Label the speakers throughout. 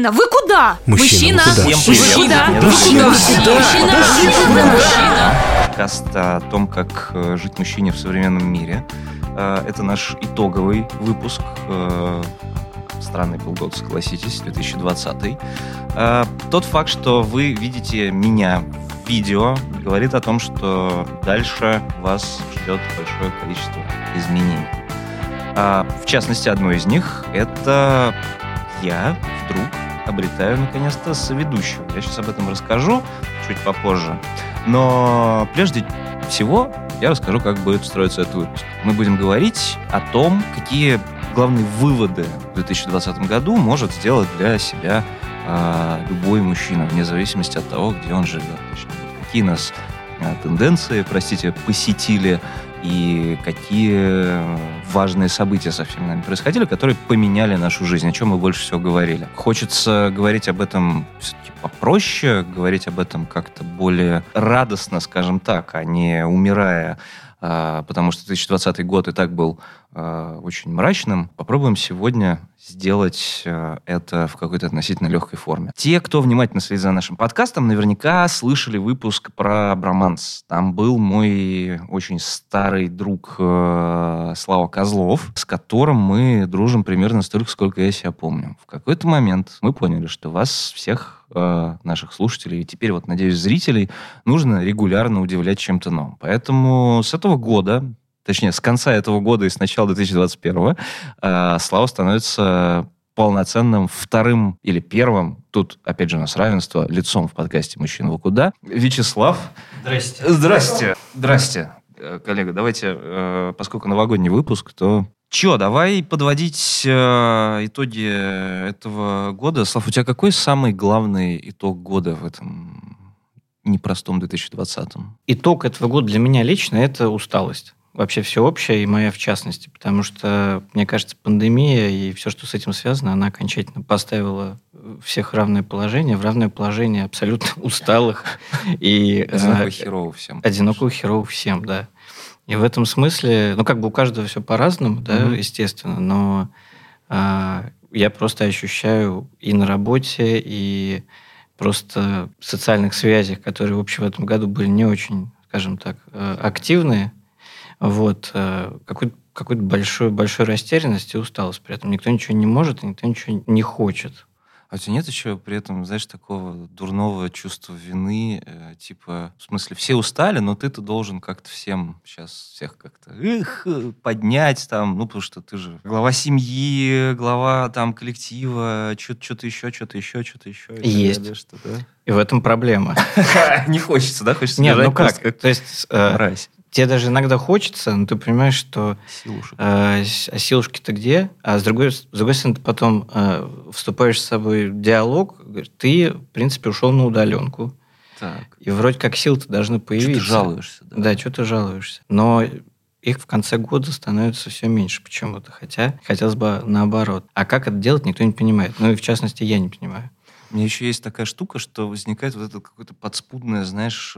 Speaker 1: Мужчина, вы куда?
Speaker 2: Мужчина, вы куда?
Speaker 1: Мужчина.
Speaker 3: Подкаст о том, как жить мужчине в современном мире. Это наш итоговый выпуск. Странный был год, согласитесь, 2020. Тот факт, что вы видите меня в видео, говорит о том, что дальше вас ждет большое количество изменений. В частности, одно из них — это я вдруг обретаю, наконец-то, соведущего. Я сейчас об этом расскажу чуть попозже. Но прежде всего я расскажу, как будет строиться этот выпуск. Мы будем говорить о том, какие главные выводы в 2020 году может сделать для себя любой мужчина, вне зависимости от того, где он живет. Точнее, какие нас тенденции, посетили, и какие важные события со всеми нами происходили, которые поменяли нашу жизнь, о чем мы больше всего говорили. Хочется говорить об этом все-таки попроще, говорить об этом как-то более радостно, скажем так, а не умирая, потому что 2020 год и так был очень мрачным. Попробуем сегодня сделать это в какой-то относительно легкой форме. Те, кто внимательно следит за нашим подкастом, наверняка слышали выпуск про броманс. Там был мой очень старый друг Слава Козлов, с которым мы дружим примерно столько, сколько я себя помню. В какой-то момент мы поняли, что вас всех, наших слушателей, и теперь, вот, надеюсь, зрителей, нужно регулярно удивлять чем-то новым. Поэтому с этого года, точнее, с конца этого года и с начала 2021-го Слава становится полноценным вторым или первым, тут, опять же, у нас равенство, лицом в подкасте «Мужчина, вы куда?». Вячеслав. Здрасте. Коллега, давайте, поскольку новогодний выпуск, то... давай подводить итоги этого года. Слав, у тебя какой самый главный итог года в этом непростом 2020-м?
Speaker 2: Итог этого года для меня лично – это усталость. Вообще всеобщая, и моя в частности. Потому что, мне кажется, пандемия и все, что с этим связано, она окончательно поставила всех в равное положение абсолютно усталых. И одинокого херово всем, да. И в этом смысле, у каждого все по-разному, да, естественно, но я просто ощущаю и на работе, и просто в социальных связях, которые, в общем, в этом году были не очень, скажем так, активные, какой-то большой растерянность и усталость при этом. Никто ничего не может, и никто ничего не хочет.
Speaker 3: А у тебя нет еще при этом, знаешь, такого дурного чувства вины, в смысле, все устали, но ты-то должен как-то всех как-то поднять там, потому что ты же глава семьи, глава там коллектива, что-то еще.
Speaker 2: Есть. И в этом проблема.
Speaker 3: Не хочется, да? Хочется
Speaker 2: нет,
Speaker 3: бежать
Speaker 2: как? То есть... Тебе даже иногда хочется, но ты понимаешь, что силушки-то где? А с другой стороны, ты потом вступаешь с собой в диалог, ты, в принципе, ушел на удаленку.
Speaker 3: Так.
Speaker 2: И вроде как силы-то должны появиться.
Speaker 3: Что ты жалуешься.
Speaker 2: Да, что ты жалуешься. Но их в конце года становится все меньше почему-то, хотя хотелось бы наоборот. А как это делать, никто не понимает. И в частности, я не понимаю.
Speaker 3: У меня еще есть такая штука, что возникает вот это какое-то подспудное, знаешь...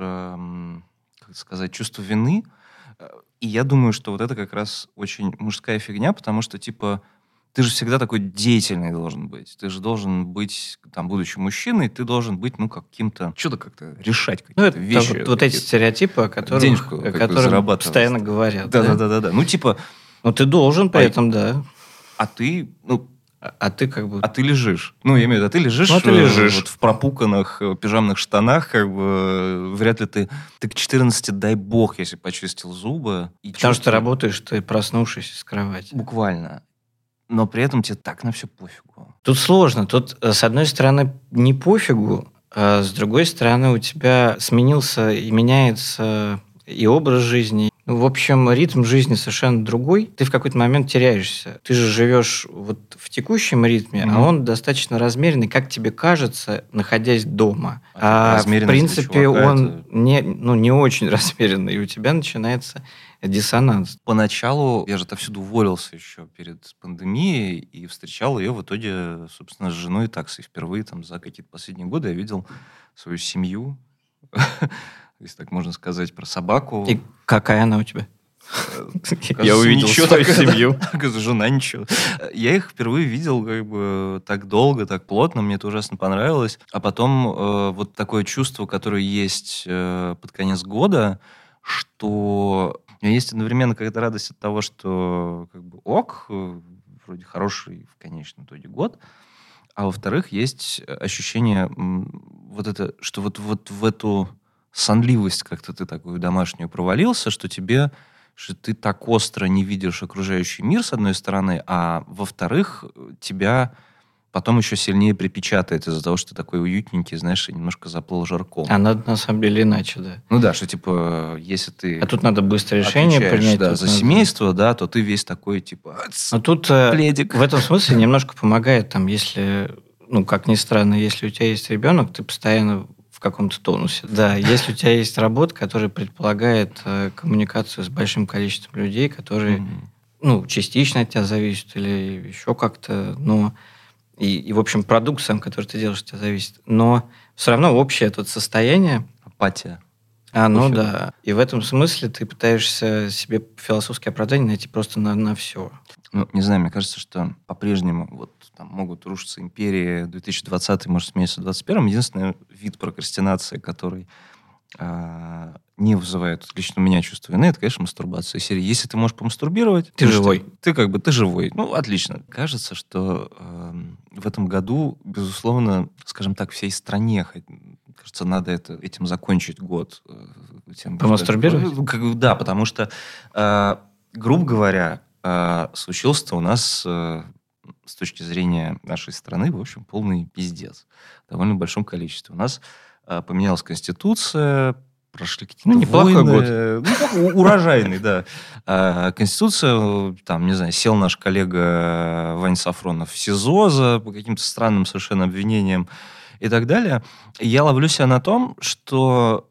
Speaker 3: чувство вины. И я думаю, что вот это как раз очень мужская фигня, потому что, ты же всегда такой деятельный должен быть. Ты же должен быть, будучи мужчиной, ты должен быть, каким-то... Что-то как-то решать какие-то вещи.
Speaker 2: Вот эти стереотипы, о которых постоянно говорят.
Speaker 3: Да.
Speaker 2: Ты должен при этом, да.
Speaker 3: А ты...
Speaker 2: А ты как бы...
Speaker 3: А ты лежишь. Я имею в виду, ты лежишь в пропуканных пижамных штанах, вряд ли ты к 14, дай бог, если почистил зубы.
Speaker 2: Потому что работаешь ты, проснувшись с кровати.
Speaker 3: Буквально. Но при этом тебе так на все пофигу.
Speaker 2: Тут сложно. Тут, с одной стороны, не пофигу, а с другой стороны, у тебя сменился и меняется и образ жизни. В общем, ритм жизни совершенно другой. Ты в какой-то момент теряешься. Ты же живешь в текущем ритме, а он достаточно размеренный, как тебе кажется, находясь дома. А в принципе, он не очень размеренный, и у тебя начинается диссонанс.
Speaker 3: Поначалу я же отовсюду уволился еще перед пандемией и встречал ее в итоге, собственно, с женой и таксой. Впервые за какие-то последние годы я видел свою семью, если так можно сказать, про собаку.
Speaker 2: И какая она у тебя? Я увидел свою семью.
Speaker 3: Жена ничего. Я их впервые видел как бы так долго, так плотно, мне это ужасно понравилось. А потом вот такое чувство, которое есть под конец года, что у меня есть одновременно какая-то радость от того, что как бы вроде хороший в конечном итоге год, а во-вторых, есть ощущение вот это, что вот в эту сонливость как-то ты такую домашнюю провалился, что ты так остро не видишь окружающий мир, с одной стороны, а во-вторых, тебя потом еще сильнее припечатает из-за того, что ты такой уютненький, знаешь, и немножко заплыл жарком.
Speaker 2: А надо на самом деле иначе, да.
Speaker 3: Ну да, что типа, если ты...
Speaker 2: А тут надо быстро решение принять.
Speaker 3: Да, за семейство, да, то ты весь такой, типа,
Speaker 2: а тут
Speaker 3: пледик.
Speaker 2: В этом смысле немножко помогает, там, если, как ни странно, если у тебя есть ребенок, ты постоянно в каком-то тонусе. Да, если у тебя есть работа, которая предполагает коммуникацию с большим количеством людей, которые, частично от тебя зависят или еще как-то, но... И, в общем, продукт сам, который ты делаешь, от тебя зависит. Но все равно общее это состояние...
Speaker 3: Апатия.
Speaker 2: Да. И в этом смысле ты пытаешься себе философское оправдание найти просто на все.
Speaker 3: Не знаю, мне кажется, что по-прежнему там могут рушиться империи 2020, может, смениться 2021. Единственный вид прокрастинации, который не вызывает лично у меня чувство вины, это, конечно, мастурбация. Серии, если ты можешь помастурбировать...
Speaker 2: Ты живой.
Speaker 3: Ты живой. Отлично. Кажется, что в этом году, безусловно, скажем так, всей стране, кажется, надо этим закончить год.
Speaker 2: Помастурбировать?
Speaker 3: Да, потому что, грубо говоря, случился-то у нас с точки зрения нашей страны, в общем, полный пиздец. В довольно большом количестве. У нас поменялась Конституция, прошли какие-то
Speaker 2: неплохой
Speaker 3: войны. Год. Урожайный, да. Конституция, там, не знаю, сел наш коллега Ваня Сафронов в СИЗО по каким-то странным совершенно обвинениям и так далее. И я ловлю себя на том, что...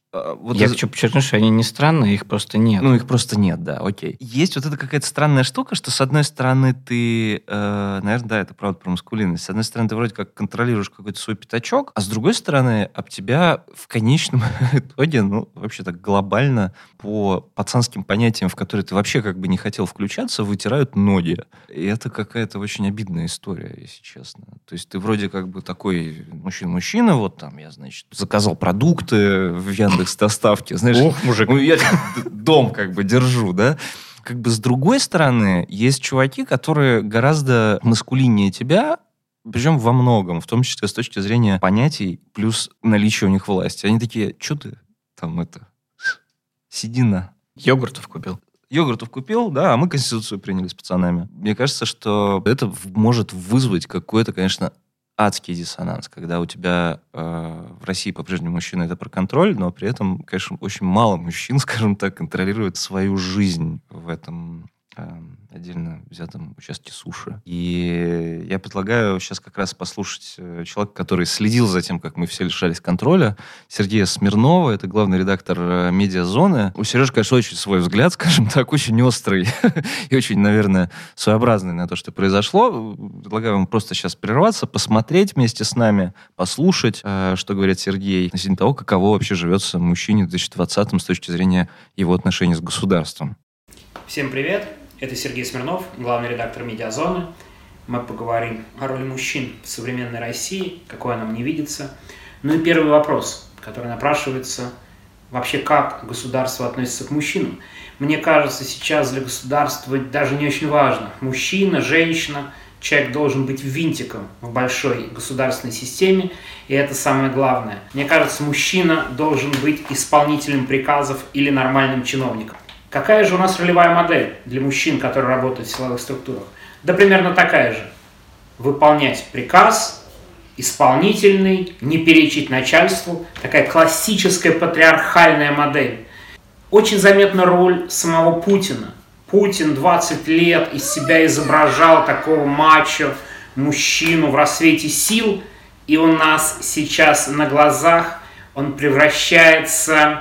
Speaker 2: Я хочу подчеркнуть, что они не странные, их просто нет.
Speaker 3: Их просто нет, да, окей. Есть вот эта какая-то странная штука, что с одной стороны ты, наверное, да, это правда про маскулинность, с одной стороны ты вроде как контролируешь какой-то свой пятачок, а с другой стороны об тебя в конечном итоге, вообще так глобально, по пацанским понятиям, в которые ты вообще как бы не хотел включаться, вытирают ноги. И это какая-то очень обидная история, если честно. То есть ты вроде как бы такой мужчина, вот там я, значит, заказал продукты в Яндекс.Доставке, знаешь.
Speaker 2: Ох, мужик.
Speaker 3: Я дом как бы держу, да. Как бы с другой стороны, есть чуваки, которые гораздо маскулиннее тебя, причем во многом, в том числе с точки зрения понятий, плюс наличия у них власти. Они такие, что ты там седина.
Speaker 2: Йогуртов купил, да, а мы Конституцию приняли с пацанами. Мне кажется, что это может вызвать какой-то, конечно, адский диссонанс, когда у тебя в России по-прежнему мужчина это про контроль, но при этом, конечно, очень мало мужчин, скажем так, контролируют свою жизнь в этом отдельно взятом участке суши. И я предлагаю сейчас как раз послушать человека, который следил за тем, как мы все лишались контроля, Сергея Смирнова, это главный редактор «Медиазоны». У Сережи, конечно, очень свой взгляд, скажем так, очень острый и очень, наверное, своеобразный на то, что произошло. Предлагаю вам просто сейчас прерваться, посмотреть вместе с нами, послушать, что говорит Сергей относительно того, каково вообще живется мужчине в 2020-м с точки зрения его отношений с государством.
Speaker 4: Всем привет! Это Сергей Смирнов, главный редактор «Медиазоны». Мы поговорим о роли мужчин в современной России, какой она мне видится. И первый вопрос, который напрашивается, вообще как государство относится к мужчинам. Мне кажется, сейчас для государства даже не очень важно. Мужчина, женщина, человек должен быть винтиком в большой государственной системе, и это самое главное. Мне кажется, мужчина должен быть исполнителем приказов или нормальным чиновником. Какая же у нас ролевая модель для мужчин, которые работают в силовых структурах? Да примерно такая же. Выполнять приказ, исполнительный, не перечить начальству. Такая классическая патриархальная модель. Очень заметна роль самого Путина. Путин 20 лет из себя изображал такого мачо, мужчину в рассвете сил. И у нас сейчас на глазах он превращается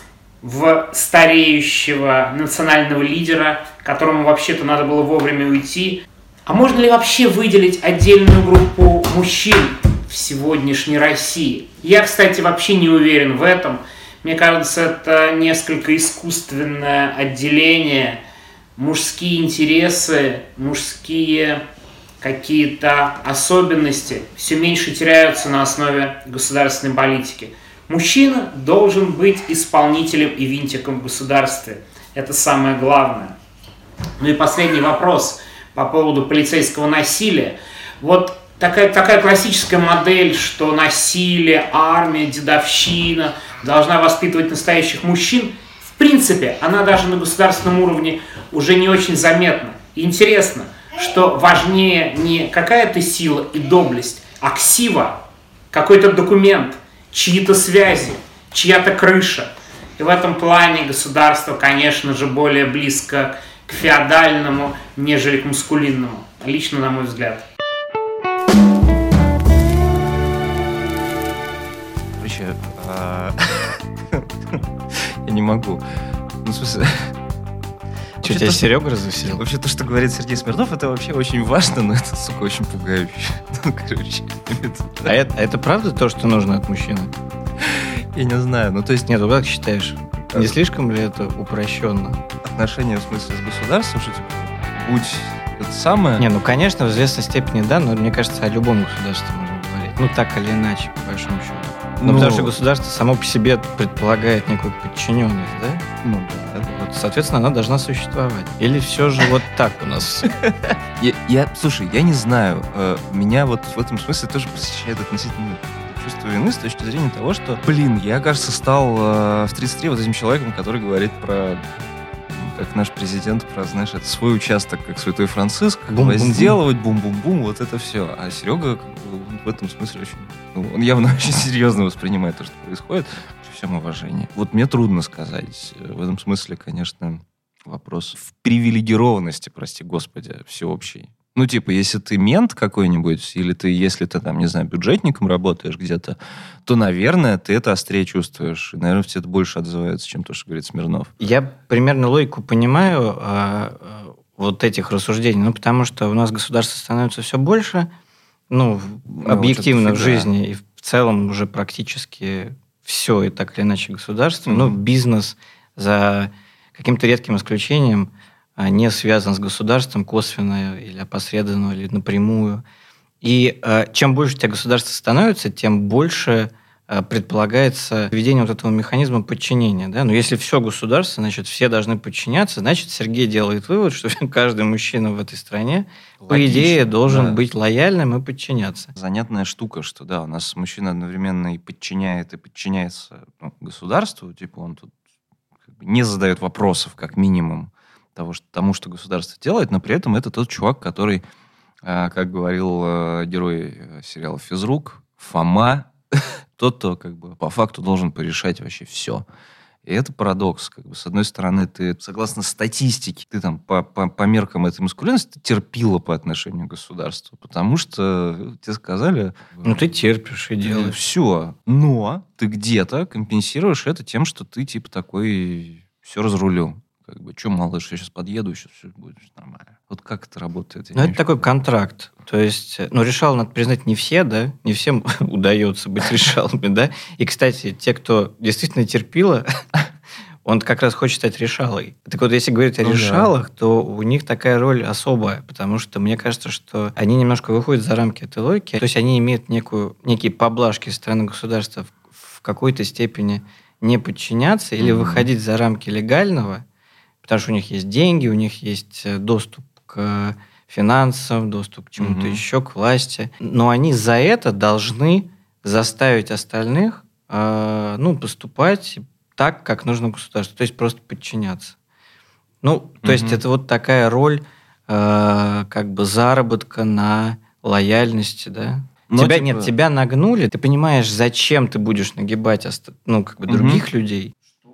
Speaker 4: в стареющего национального лидера, которому вообще-то надо было вовремя уйти. А можно ли вообще выделить отдельную группу мужчин в сегодняшней России? Я, кстати, вообще не уверен в этом. Мне кажется, это несколько искусственное отделение. Мужские интересы, мужские какие-то особенности все меньше теряются на основе государственной политики. Мужчина должен быть исполнителем и винтиком в государстве. Это самое главное. Ну и последний вопрос по поводу полицейского насилия. Вот такая классическая модель, что насилие, армия, дедовщина должна воспитывать настоящих мужчин, в принципе, она даже на государственном уровне уже не очень заметна. И интересно, что важнее не какая-то сила и доблесть, а ксива, какой-то документ, чьи-то связи, чья-то крыша. И в этом плане государство, конечно же, более близко к феодальному, нежели к маскулинному. Лично, на мой взгляд.
Speaker 3: Короче, я не могу. Ну, в смысле...
Speaker 2: Что, тебя Серега развеселил?
Speaker 3: Вообще, то, что говорит Сергей Смирнов, это вообще очень важно, но это, сука, очень пугающе. Ну, короче...
Speaker 2: А это правда то, что нужно от мужчины?
Speaker 3: Я не знаю, ну, то есть...
Speaker 2: Нет, как считаешь? Не слишком ли это упрощенно?
Speaker 3: Отношения, в смысле, с государством, что, типа, будь это самое...
Speaker 2: Не, ну, конечно, в известной степени, да, но мне кажется, о любом государстве можно говорить. Ну, так или иначе, по большому счету. Ну, потому что государство само по себе предполагает некую подчиненность, да?
Speaker 3: Ну, да.
Speaker 2: Вот, соответственно, она должна существовать. Или все же вот так у нас все?
Speaker 3: Слушай, я не знаю. Меня вот в этом смысле тоже посещает относительно чувство вины с точки зрения того, что, я, кажется, стал в 33 вот этим человеком, который говорит про, как наш президент, про, знаешь, это свой участок, как Святой Франциск, возделывать, бум-бум-бум, вот это все. А Серега в этом смысле очень... он явно очень серьезно воспринимает то, что происходит, при всем уважении. Вот мне трудно сказать. В этом смысле, конечно, вопрос в привилегированности, прости господи, всеобщей. Ну, типа, если ты мент какой-нибудь, или если ты, там, не знаю, бюджетником работаешь где-то, то, наверное, ты это острее чувствуешь. И, наверное, тебе это больше отзывается, чем то, что говорит Смирнов.
Speaker 2: Я примерно логику понимаю вот этих рассуждений, потому что у нас государство становится все больше, объективно в жизни, и в целом уже практически все и так или иначе государство. Бизнес, за каким-то редким исключением, не связан с государством косвенно или опосредованно, или напрямую. И чем больше у тебя государство становится, тем больше предполагается введение вот этого механизма подчинения. Да? Но если все государство, значит, все должны подчиняться, значит, Сергей делает вывод, что каждый мужчина в этой стране, по идее, должен быть лояльным и подчиняться.
Speaker 3: Занятная штука, что да, у нас мужчина одновременно и подчиняется государству, типа он тут не задает вопросов, как минимум, тому, что государство делает, но при этом это тот чувак, который, как говорил герой сериала «Физрук», Фома, тот, кто как бы по факту должен порешать вообще все. И это парадокс. Как бы, с одной стороны, ты, согласно статистике, ты там по меркам этой маскулинности ты терпила по отношению к государству, потому что тебе сказали...
Speaker 2: ты терпишь и делаешь.
Speaker 3: Все. Но ты где-то компенсируешь это тем, что ты типа такой все разрулю. Как бы, что, малыш, я сейчас подъеду, сейчас все будет нормально. Вот как это работает?
Speaker 2: Это такой контракт. То есть, решал, надо признать, не все, да, не всем удается быть решалами, да. И, кстати, те, кто действительно терпила, он как раз хочет стать решалой. Так вот, если говорить о решалах, то у них такая роль особая, потому что мне кажется, что они немножко выходят за рамки этой логики. То есть, они имеют некие поблажки со стороны государства в какой-то степени не подчиняться или выходить за рамки легального, потому что у них есть деньги, у них есть доступ к финансам, доступ к чему-то еще, к власти. Но они за это должны заставить остальных поступать так, как нужно государству. То есть просто подчиняться. То есть это вот такая роль как бы заработка на лояльности, да? Тебя нагнули, ты понимаешь, зачем ты будешь нагибать других людей.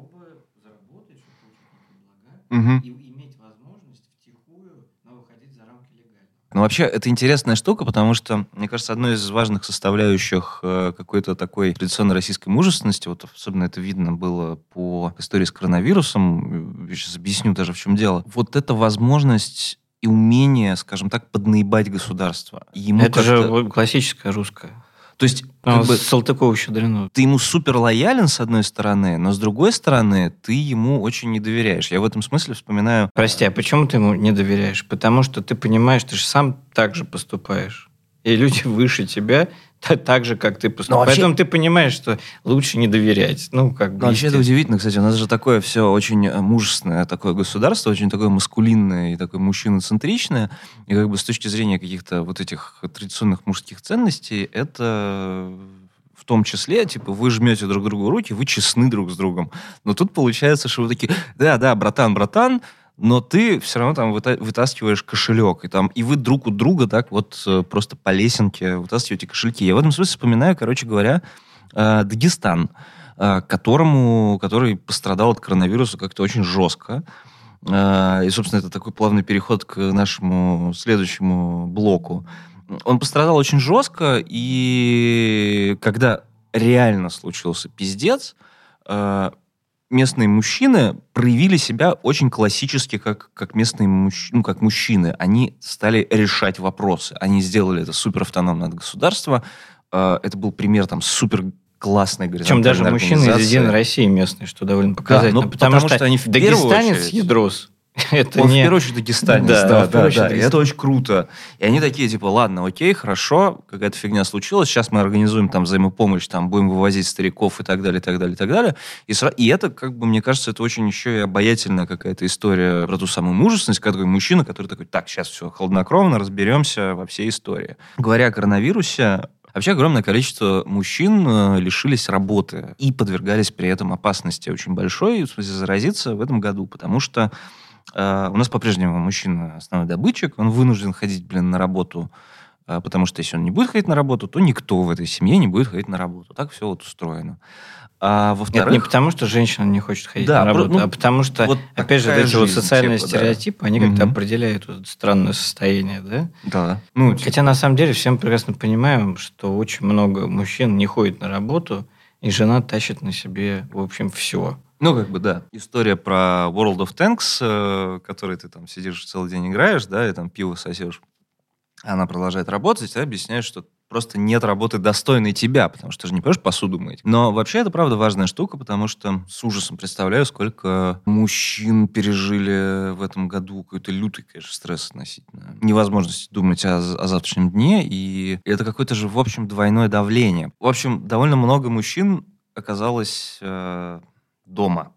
Speaker 2: И иметь возможность втихую выходить за рамки легального.
Speaker 3: Ну, вообще, это интересная штука, потому что, мне кажется, одной из важных составляющих какой-то такой традиционной российской мужественности, вот особенно это видно было по истории с коронавирусом, я сейчас объясню даже, в чем дело, вот эта возможность и умение, скажем так, поднаебать государство.
Speaker 2: Это же классическая русская.
Speaker 3: То есть, как бы,
Speaker 2: Салтыкова щедрено.
Speaker 3: ты ему супер лоялен, с одной стороны, но с другой стороны, ты ему очень не доверяешь. Я в этом смысле вспоминаю...
Speaker 2: Прости, а почему ты ему не доверяешь? Потому что ты понимаешь, ты же сам так же поступаешь. И люди выше тебя так же, как ты поступаешь.
Speaker 3: вообще...
Speaker 2: Поэтому ты понимаешь, что лучше не доверять.
Speaker 3: Вообще это удивительно, кстати. У нас же такое все очень мужественное такое государство, очень такое маскулинное и такое мужчиноцентричное. И как бы с точки зрения каких-то вот этих традиционных мужских ценностей, это... В том числе, типа, вы жмете друг другу руки, вы честны друг с другом. Но тут получается, что вы такие, да, братан, но ты все равно там вытаскиваешь кошелек, и вы друг у друга так вот просто по лесенке вытаскиваете кошельки. Я в этом смысле вспоминаю, короче говоря, Дагестан, который пострадал от коронавируса как-то очень жестко. И, собственно, это такой плавный переход к нашему следующему блоку. Он пострадал очень жестко, и когда реально случился пиздец, местные мужчины проявили себя очень классически, как местные мужчины, как мужчины. Они стали решать вопросы. Они сделали это супер автономно от государства. Это был пример там супер классной горизонтальной
Speaker 2: организации. Причем даже мужчины из «Единой России» местные, что довольно показательно.
Speaker 3: Да, потому что они в
Speaker 2: дагестанец ядрос.
Speaker 3: Он в первую очередь дагестанец. Да. И это очень круто. И они такие, типа, ладно, окей, хорошо, какая-то фигня случилась, сейчас мы организуем там взаимопомощь, там будем вывозить стариков и так далее, и так далее, и так далее. И это, как бы, мне кажется, это очень еще и обаятельная какая-то история про ту самую мужественность, когда такой мужчина, который такой, так, сейчас все хладнокровно, разберемся во всей истории. Говоря о коронавирусе, вообще огромное количество мужчин лишились работы и подвергались при этом опасности очень большой, в смысле, заразиться в этом году, потому что у нас по-прежнему мужчина основной добытчик, он вынужден ходить, на работу, потому что если он не будет ходить на работу, то никто в этой семье не будет ходить на работу. Так все вот устроено. А во-вторых...
Speaker 2: Это не потому, что женщина не хочет ходить на работу, а потому что, вот опять же, эти вот социальные стереотипы, они как-то определяют вот странное состояние, да?
Speaker 3: Да.
Speaker 2: Хотя, на самом деле, все мы прекрасно понимаем, что очень много мужчин не ходит на работу, и жена тащит на себе, в общем, все.
Speaker 3: Да. История про World of Tanks, который ты там сидишь целый день играешь, да, и там пиво сосешь. Она продолжает работать, и тебе объясняют, что просто нет работы достойной тебя, потому что ты же не пойдешь посуду мыть. Но вообще это, правда, важная штука, потому что с ужасом представляю, сколько мужчин пережили в этом году какой-то лютый, конечно, стресс относительно невозможности думать о завтрашнем дне, и это какое-то же, в общем, двойное давление. В общем, довольно много мужчин оказалось... дома,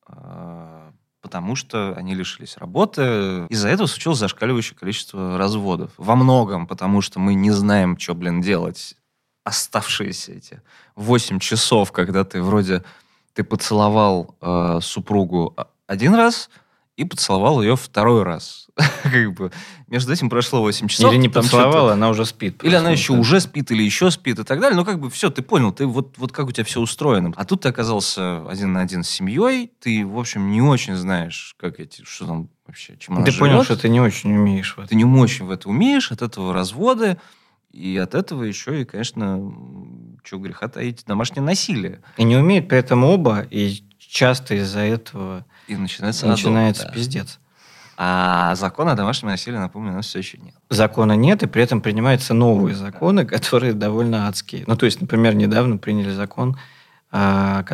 Speaker 3: потому что они лишились работы. Из-за этого случилось зашкаливающее количество разводов. Во многом, потому что мы не знаем, что, делать оставшиеся эти 8 часов, когда ты поцеловал супругу один раз и поцеловал ее второй раз. Между этим прошло 8 часов.
Speaker 2: Или не поцеловала, она уже спит.
Speaker 3: Или она еще уже спит, или еще спит и так далее. Все, ты понял, ты вот как у тебя все устроено. А тут ты оказался один на один с семьей, ты, в общем, не очень знаешь, что там вообще, чем она живет.
Speaker 2: Ты понял, что ты не очень умеешь в этом.
Speaker 3: Ты не очень в это умеешь, от этого разводы, и от этого еще и, конечно, чего греха таить, домашнее насилие.
Speaker 2: И не умеют при этом оба, и часто из-за этого
Speaker 3: и начинается
Speaker 2: пиздец.
Speaker 3: А закона о домашнем насилии, напомню, у нас все еще нет.
Speaker 2: Закона нет, и при этом принимаются новые законы, которые довольно адские. То есть, например, недавно приняли закон, по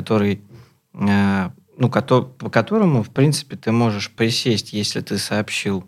Speaker 2: которому, в принципе, ты можешь присесть, если ты сообщил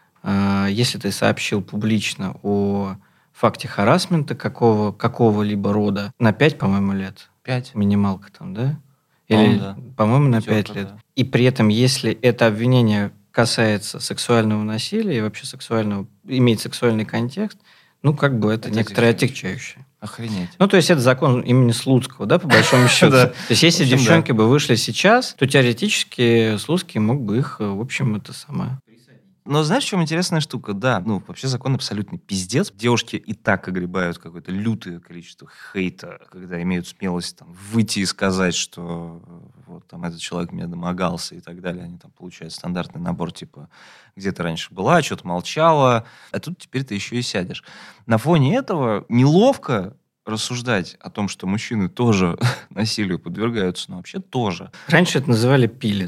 Speaker 2: публично о факте харассмента какого-либо рода на 5, по-моему, лет.
Speaker 3: 5.
Speaker 2: Минималка там, да? Или, по-моему, на 5 лет. Да. И при этом, если это обвинение касается сексуального насилия и вообще имеет сексуальный контекст, это некоторое отягчающее.
Speaker 3: Охренеть.
Speaker 2: То есть, это закон имени Слуцкого, да, по большому счету. То есть, если девчонки бы вышли сейчас, то теоретически Слуцкий мог бы их, в общем, это самое...
Speaker 3: Но знаешь, в чем интересная штука? Да, вообще закон абсолютный пиздец. Девушки и так огребают какое-то лютое количество хейта, когда имеют смелость выйти и сказать, что этот человек меня домогался и так далее. Они там получают стандартный набор, типа, где ты раньше была, что-то молчала, а тут теперь ты еще и сядешь. На фоне этого неловко рассуждать о том, что мужчины тоже насилию подвергаются, но вообще тоже.
Speaker 2: Раньше это называли пилит.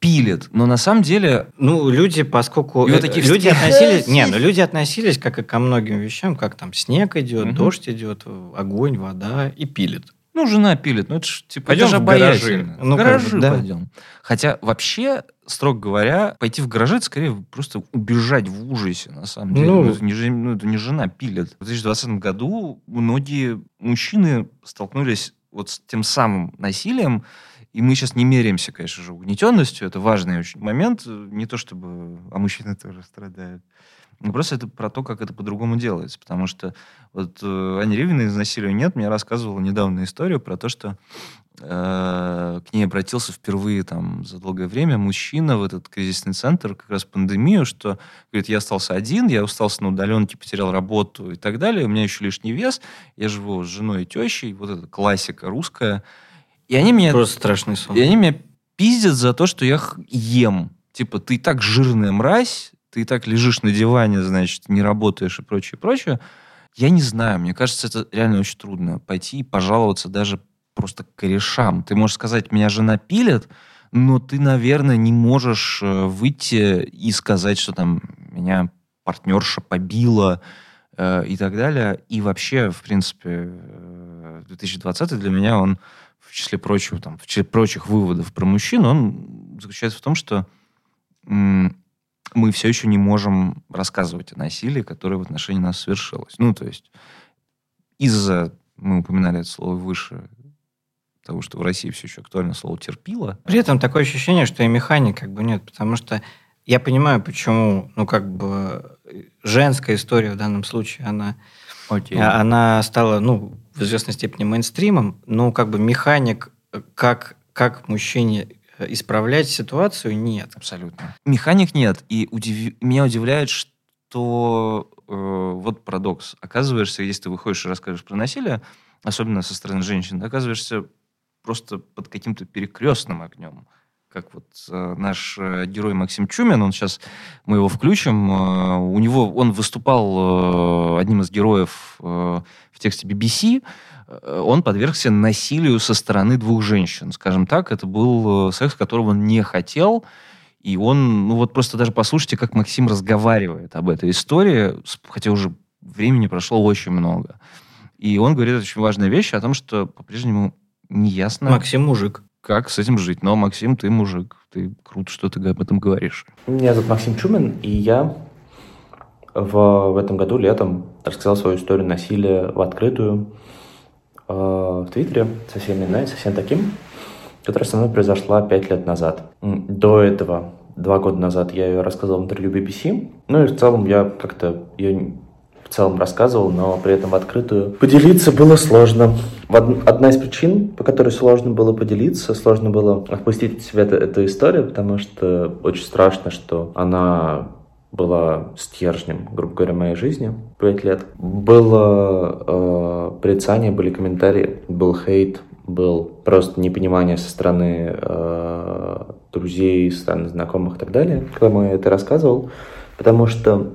Speaker 3: пилит. Но на самом деле...
Speaker 2: Ну, люди, поскольку... Люди относились как и ко многим вещам, как там снег идет, дождь идет, огонь, вода, и пилит.
Speaker 3: Ну, жена пилит. Ну, это же, типа,
Speaker 2: пойдем
Speaker 3: это же
Speaker 2: в гаражи.
Speaker 3: обаятельно.
Speaker 2: Ну,
Speaker 3: в гаражи
Speaker 2: да.
Speaker 3: пойдем. Хотя, вообще, строго говоря, пойти в гаражи, это скорее просто убежать в ужасе, на самом деле.
Speaker 2: Ну,
Speaker 3: это не жена пилит. В 2020 году многие мужчины столкнулись вот с тем самым насилием, и мы сейчас не меряемся, конечно же, угнетенностью. Это важный очень момент. Не то чтобы... А мужчины тоже страдают. Ну, просто это про то, как это по-другому делается. Потому что вот Ани Ревиной из «Насилия нет» мне рассказывала недавно историю про то, что к ней обратился впервые там, за долгое время мужчина в этот кризисный центр, как раз в пандемию, что, говорит, я остался один, я остался на удаленке, потерял работу и так далее, у меня еще лишний вес, я живу с женой и тещей, вот эта классика русская. И они меня...
Speaker 2: Просто страшный сон.
Speaker 3: И они меня пиздят за то, что я ем. Типа, ты и так жирная мразь, ты и так лежишь на диване, значит, не работаешь и прочее, прочее. Я не знаю, мне кажется, это реально очень трудно. Пойти и пожаловаться даже просто корешам. Ты можешь сказать, меня жена пилит, но ты, наверное, не можешь выйти и сказать, что там меня партнерша побила и так далее. И вообще, в принципе, 2020 для меня, он в числе прочего, там, в числе прочих выводов про мужчин, он заключается в том, что мы все еще не можем рассказывать о насилии, которое в отношении нас совершилось. Ну, то есть из-за, мы упоминали это слово выше, того, что в России все еще актуально слово «терпила».
Speaker 2: При этом такое ощущение, что и механик как бы нет, потому что я понимаю, почему, ну, как бы женская история в данном случае, она стала, ну, в известной степени мейнстримом, но как бы механик, как мужчине исправлять ситуацию, нет.
Speaker 3: Абсолютно. Механик нет. И меня удивляет, что вот парадокс. Оказываешься, если ты выходишь и расскажешь про насилие, особенно со стороны женщин, ты оказываешься просто под каким-то перекрестным огнем. Как вот наш герой Максим Чумин, мы его включим, он выступал одним из героев в тексте BBC, он подвергся насилию со стороны двух женщин. Скажем так, это был секс, которого он не хотел. И он, ну вот просто даже послушайте, как Максим разговаривает об этой истории, хотя уже времени прошло очень много. И он говорит очень важные вещи о том, что по-прежнему не ясно...
Speaker 2: Максим мужик.
Speaker 3: Как с этим жить? Но, Максим, ты мужик. Ты круто, что ты об этом говоришь.
Speaker 5: Меня зовут Максим Чумин, и я в этом году летом рассказал свою историю насилия в открытую в Твиттере, совсем таким, которая со мной произошла 5 лет назад. До этого, 2 года назад, я ее рассказывал в интервью BBC. Ну и в целом я как-то ее рассказывал, но при этом в открытую поделиться было сложно. Одна из причин, по которой сложно было поделиться, сложно было отпустить от себя эту историю, потому что очень страшно, что она была стержнем, грубо говоря, моей жизни 5 лет. Было порицание, были комментарии, был хейт, был просто непонимание со стороны друзей, со стороны знакомых и так далее, когда я это рассказывал, потому что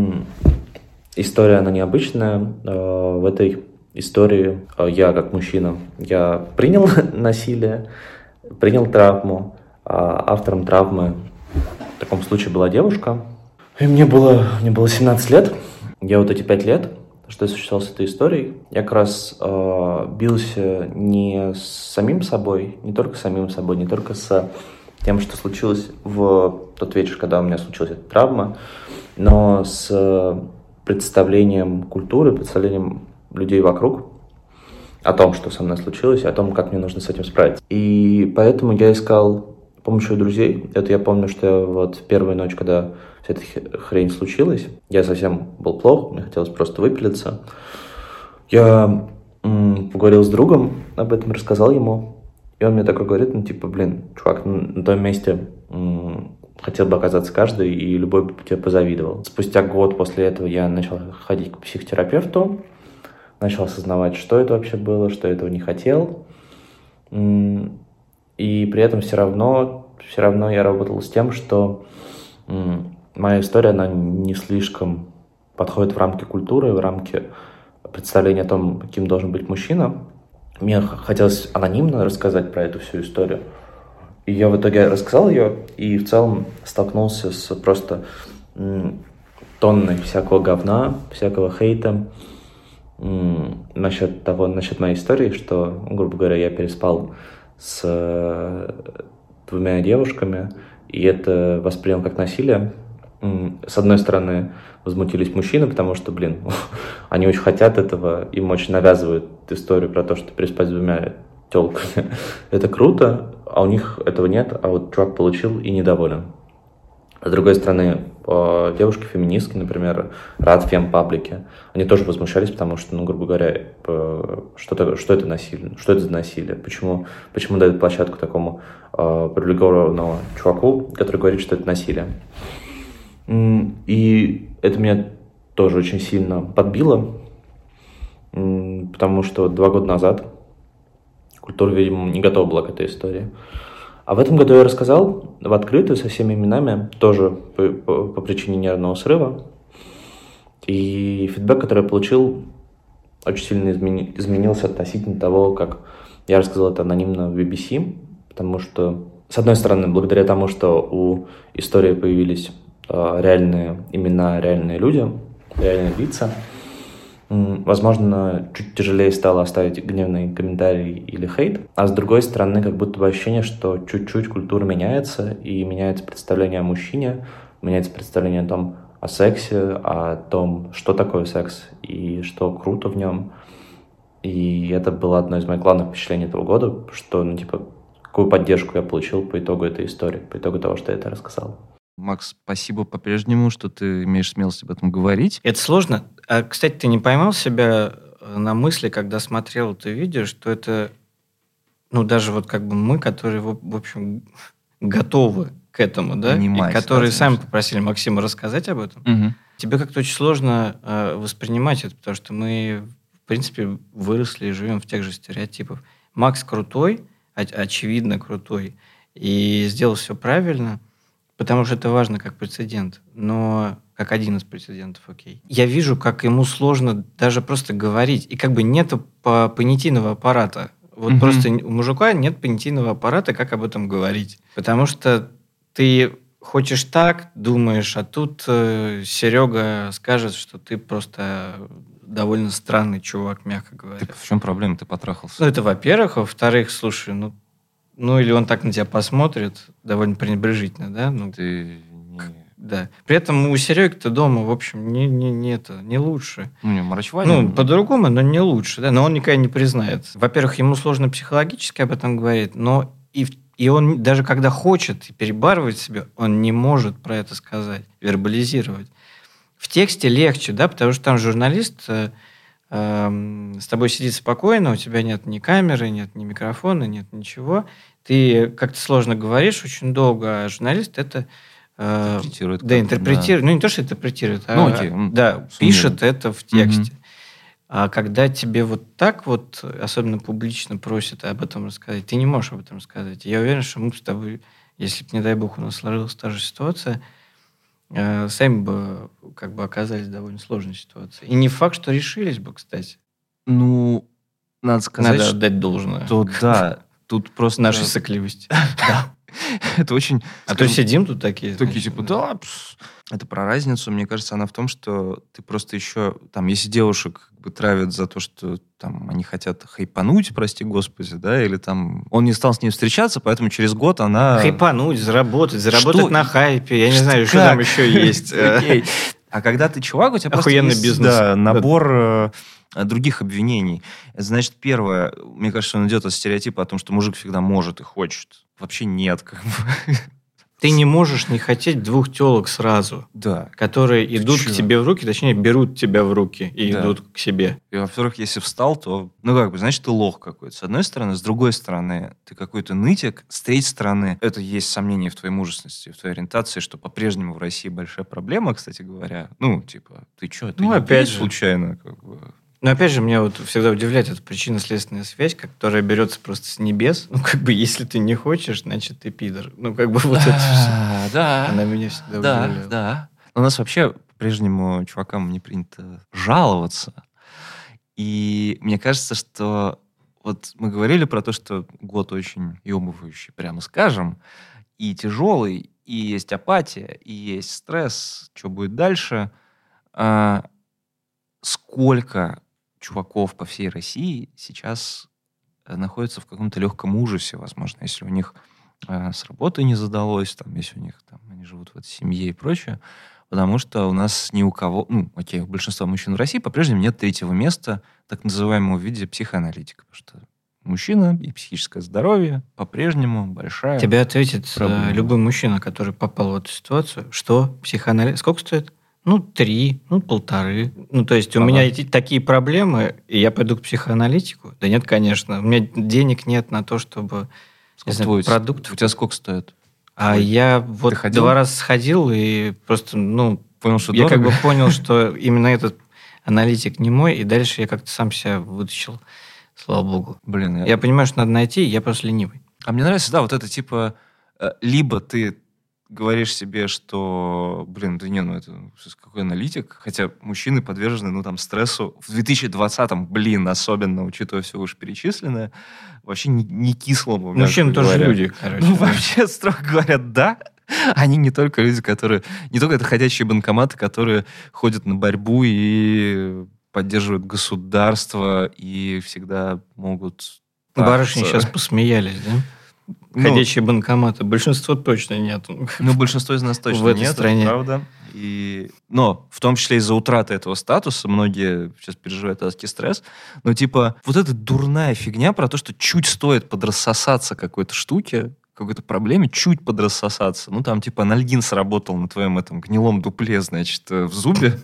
Speaker 5: история, она необычная. В этой истории я, как мужчина, я принял насилие, принял травму. Автором травмы в таком случае была девушка. И мне было 17 лет. Я вот эти 5 лет, что я существовал с этой историей, я как раз бился не с самим собой, не только с самим собой, не только с тем, что случилось в тот вечер, когда у меня случилась эта травма, но с представлением культуры, представлением людей вокруг о том, что со мной случилось, и о том, как мне нужно с этим справиться. И поэтому я искал помощи у друзей. Это я помню, что вот в первую ночь, когда вся эта хрень случилась, я совсем был плох, мне хотелось просто выпилиться. Я поговорил с другом об этом, рассказал ему, и он мне такой говорит, чувак, на том месте хотел бы оказаться каждый, и любой бы тебе позавидовал. Спустя год после этого я начал ходить к психотерапевту, начал осознавать, что это вообще было, что я этого не хотел. И при этом все равно я работал с тем, что моя история, она не слишком подходит в рамки культуры, в рамки представления о том, каким должен быть мужчина. Мне хотелось анонимно рассказать про эту всю историю. И я в итоге рассказал ее, и в целом столкнулся с просто тонной всякого говна, всякого хейта насчет моей истории, что, грубо говоря, я переспал с 2 девушками, и это воспринял как насилие. С одной стороны, возмутились мужчины, потому что, они очень хотят этого, им очень навязывают историю про то, что переспать с 2 телками. Это круто, а у них этого нет, а вот чувак получил и недоволен. С другой стороны, девушки-феминистки, например, рад-фем-паблики, они тоже возмущались, потому что, грубо говоря, что это насилие, что это за насилие, почему дают площадку такому привилегированному чуваку, который говорит, что это насилие. И это меня тоже очень сильно подбило, потому что 2 года назад культура, видимо, не готова была к этой истории. А в этом году я рассказал в открытую со всеми именами, тоже по причине нервного срыва. И фидбэк, который я получил, очень сильно изменился относительно того, как я рассказал это анонимно в BBC, потому что, с одной стороны, благодаря тому, что у истории появились реальные имена, реальные люди, реальные лица, возможно, чуть тяжелее стало оставить гневный комментарий или хейт, а с другой стороны, как будто бы ощущение, что чуть-чуть культура меняется, и меняется представление о мужчине, меняется представление о сексе, о том, что такое секс и что круто в нем. И это было одно из моих главных впечатлений этого года, что, какую поддержку я получил по итогу этой истории, по итогу того, что я это рассказал.
Speaker 3: Макс, спасибо по-прежнему, что ты имеешь смелость об этом говорить.
Speaker 2: Это сложно. А, кстати, ты не поймал себя на мысли, когда смотрел это видео, что это, даже мы, которые, в общем, готовы к этому, да?
Speaker 3: Понимать,
Speaker 2: и которые
Speaker 3: да,
Speaker 2: сами попросили Максима рассказать об этом.
Speaker 3: Угу.
Speaker 2: Тебе как-то очень сложно воспринимать это, потому что мы, в принципе, выросли и живем в тех же стереотипах. Макс крутой, очевидно крутой, и сделал все правильно, потому что это важно как прецедент, но как один из прецедентов, окей. Я вижу, как ему сложно даже просто говорить, и нету понятийного аппарата. Вот просто у мужика нет понятийного аппарата, как об этом говорить. Потому что ты хочешь так, думаешь, а тут Серега скажет, что ты просто довольно странный чувак, мягко говоря.
Speaker 3: В чем проблема? Ты потрахался.
Speaker 2: Это во-первых. Во-вторых, слушай, или он так на тебя посмотрит, довольно пренебрежительно, да? Да. При этом у Сереги-то дома, в общем, не лучше.
Speaker 3: Мрачевание.
Speaker 2: По-другому, но не лучше, да? Но он никогда не признает. Во-первых, ему сложно психологически об этом говорить, но и он даже когда хочет и перебарывает себя, он не может про это сказать, вербализировать. В тексте легче, да, потому что там журналист с тобой сидит спокойно, у тебя нет ни камеры, нет ни микрофона, нет ничего. Ты как-то сложно говоришь очень долго, а журналист это
Speaker 3: интерпретирует.
Speaker 2: Интерпретирует. Не то, что интерпретирует, пишет это в тексте. А когда тебе вот так вот, особенно публично просят об этом рассказать, ты не можешь об этом рассказать. Я уверен, что мы с тобой, если бы, не дай бог, у нас сложилась та же ситуация, сами бы оказались в довольно сложной ситуации. И не факт, что решились бы, кстати.
Speaker 3: Надо сказать,
Speaker 2: надо отдать должное.
Speaker 3: Тут просто...
Speaker 2: Нашей сокливости.
Speaker 3: Это очень...
Speaker 2: А то сидим тут такие...
Speaker 3: Это про разницу. Мне кажется, она в том, что ты просто еще... Если девушек травят за то, что они хотят хайпануть, прости господи, да, или он не стал с ней встречаться, поэтому через год она...
Speaker 2: Хайпануть, заработать на хайпе, я не знаю, что там еще есть.
Speaker 3: А когда ты чувак, у тебя
Speaker 2: просто есть
Speaker 3: набор других обвинений. Значит, первое, мне кажется, он идет от стереотипа о том, что мужик всегда может и хочет. Вообще нет,
Speaker 2: Ты не можешь не хотеть 2 телок сразу, которые идут к тебе в руки, точнее, берут тебя в руки и идут к себе.
Speaker 3: И, во-первых, если встал, то, значит, ты лох какой-то. С одной стороны. С другой стороны, ты какой-то нытик. С третьей стороны, это есть сомнение в твоей мужественности, в твоей ориентации, что по-прежнему в России большая проблема, кстати говоря. Ты что, ты
Speaker 2: опять же
Speaker 3: случайно
Speaker 2: Но опять же, меня всегда удивляет эта причинно-следственная связь, которая берется просто с небес. Если ты не хочешь, значит, ты пидор. Это все.
Speaker 3: Да.
Speaker 2: Она меня всегда удивляла.
Speaker 3: Да. У нас вообще по-прежнему чувакам не принято жаловаться. И мне кажется, что вот мы говорили про то, что год очень ёбывающий, прямо скажем, и тяжелый, и есть апатия, и есть стресс, что будет дальше. Сколько чуваков по всей России сейчас находятся в каком-то легком ужасе, возможно, если у них с работой не задалось, там, если у них там, они живут в этой семье и прочее, потому что у нас ни у кого, у большинства мужчин в России по-прежнему нет третьего места, так называемого в виде психоаналитика, потому что мужчина и психическое здоровье по-прежнему большая
Speaker 2: Тебе ответит
Speaker 3: проблема.
Speaker 2: любой мужчина, который попал в эту ситуацию, что психоанализ... Сколько стоит? 3, 1,5. То есть у меня такие проблемы, и я пойду к психоаналитику? Да нет, конечно. У меня денег нет на то, чтобы продуктов.
Speaker 3: У тебя сколько стоит?
Speaker 2: А я вот 2 раза сходил и просто,
Speaker 3: понял, что
Speaker 2: я
Speaker 3: дорого?
Speaker 2: понял, что именно этот аналитик не мой, и дальше я как-то сам себя вытащил, слава богу.
Speaker 3: Блин,
Speaker 2: Я понимаю, что надо найти, я просто ленивый.
Speaker 3: А мне нравится, да, вот это типа, либо ты говоришь себе, что, это какой аналитик, хотя мужчины подвержены, стрессу в 2020-м, особенно, учитывая все вышеперечисленное, вообще не кислому.
Speaker 2: Мужчины тоже люди, короче.
Speaker 3: Вообще, строго говоря, да. Они не только люди, не только это ходячие банкоматы, которые ходят на борьбу и поддерживают государство и всегда могут...
Speaker 2: Барышни сейчас посмеялись, да? Ходячие банкоматы. Большинство точно нет.
Speaker 3: Большинство из нас точно
Speaker 2: в этой
Speaker 3: нет,
Speaker 2: стране.
Speaker 3: правда. Но в том числе из-за утраты этого статуса многие сейчас переживают адский стресс. Но вот эта дурная фигня про то, что чуть стоит подрассосаться какой-то штуке, какой-то проблеме, чуть подрассосаться. Анальгин сработал на твоем этом гнилом дупле, в зубе.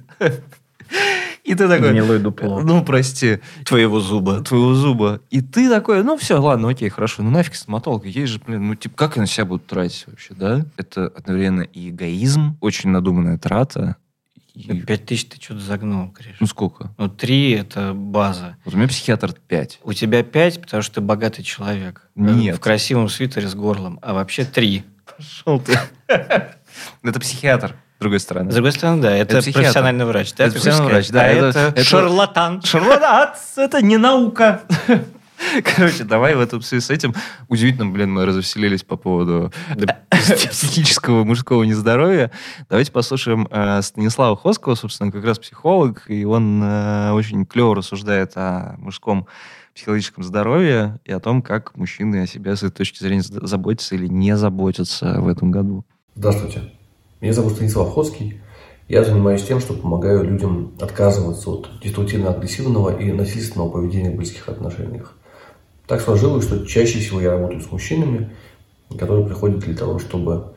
Speaker 3: И ты такой...
Speaker 2: Гнилое дупло.
Speaker 3: Прости.
Speaker 2: Твоего зуба.
Speaker 3: И ты такой, все, ладно, окей, хорошо. нафиг стоматолога. Есть же, как я на себя буду тратить вообще, да? Это одновременно и эгоизм, очень надуманная трата.
Speaker 2: 5000 ты что-то загнул, Гриш.
Speaker 3: Сколько?
Speaker 2: 3 это база.
Speaker 3: Вот у меня психиатр 5.
Speaker 2: У тебя 5, потому что ты богатый человек.
Speaker 3: Нет.
Speaker 2: В красивом свитере с горлом. А вообще 3.
Speaker 3: Пошел ты. Это психиатр. С другой стороны.
Speaker 2: С другой стороны, да, это профессиональный врач.
Speaker 3: Это профессиональный врач, да.
Speaker 2: Это шарлатан.
Speaker 3: Шарлатан, это не наука. Короче, давай в этом связи с этим. Удивительно, мы развеселились по поводу психического мужского нездоровья. Давайте послушаем Станислава Хоскова, собственно, как раз психолог, и он очень клево рассуждает о мужском психологическом здоровье и о том, как мужчины о себе с этой точки зрения заботятся или не заботятся в этом году.
Speaker 6: Здравствуйте. Меня зовут Станислав Хоский. Я занимаюсь тем, что помогаю людям отказываться от деструктивно-агрессивного и насильственного поведения в близких отношениях. Так сложилось, что чаще всего я работаю с мужчинами, которые приходят для того, чтобы